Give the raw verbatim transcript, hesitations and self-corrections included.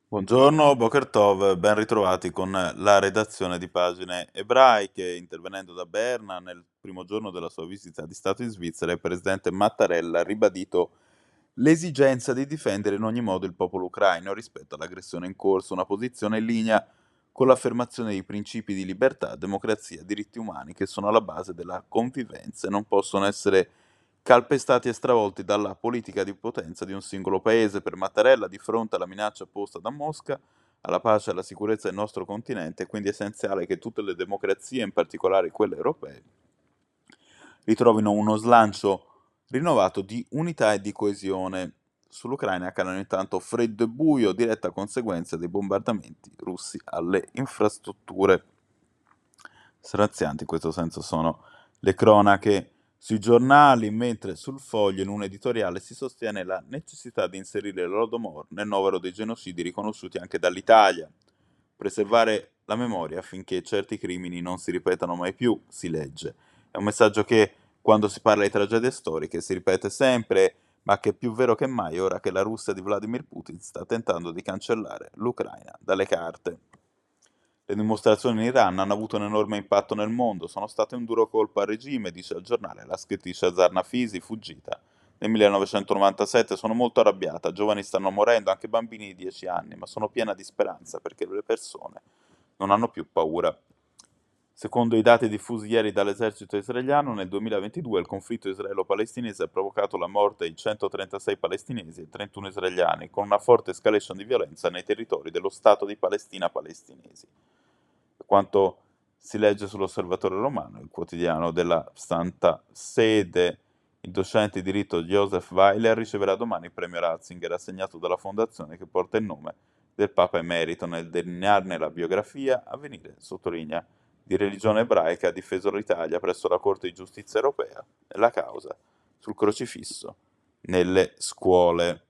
Buongiorno, Boker Tov, ben ritrovati con la redazione di Pagine Ebraiche. Intervenendo da Berna nel primo giorno della sua visita di Stato in Svizzera, il presidente Mattarella ha ribadito l'esigenza di difendere in ogni modo il popolo ucraino rispetto all'aggressione in corso, una posizione in linea con l'affermazione dei principi di libertà, democrazia e diritti umani che sono alla base della convivenza e non possono essere calpestati e stravolti dalla politica di potenza di un singolo paese. Per Mattarella, di fronte alla minaccia posta da Mosca alla pace e alla sicurezza del nostro continente, è quindi essenziale che tutte le democrazie, in particolare quelle europee, ritrovino uno slancio rinnovato di unità e di coesione. Sull'Ucraina accadono intanto freddo e buio, diretta conseguenza dei bombardamenti russi alle infrastrutture. Strazianti in questo senso sono le cronache sui giornali, mentre sul Foglio in un editoriale si sostiene la necessità di inserire l'Holodomor nel novero dei genocidi riconosciuti anche dall'Italia, preservare la memoria affinché certi crimini non si ripetano mai più, si legge. È un messaggio che, quando si parla di tragedie storiche, si ripete sempre, ma che è più vero che mai ora che la Russia di Vladimir Putin sta tentando di cancellare l'Ucraina dalle carte. Le dimostrazioni in Iran hanno avuto un enorme impatto nel mondo, sono state un duro colpo al regime, dice al giornale la scrittrice Zarnafisi, fuggita nel millenovecentonovantasette. Sono molto arrabbiata, giovani stanno morendo, anche bambini di dieci anni, ma sono piena di speranza perché le persone non hanno più paura. Secondo i dati diffusi ieri dall'esercito israeliano, nel duemilaventidue il conflitto israelo-palestinese ha provocato la morte di centotrentasei palestinesi e trentuno israeliani, con una forte escalation di violenza nei territori dello Stato di Palestina palestinesi. Per quanto si legge sull'Osservatore Romano, il quotidiano della Santa Sede, il docente di diritto Joseph Weiler riceverà domani il premio Ratzinger assegnato dalla fondazione che porta il nome del Papa Emerito. Nel delinearne la biografia, Avvenire sottolinea di religione ebraica ha difeso l'Italia presso la Corte di Giustizia europea nella causa sul crocifisso nelle scuole.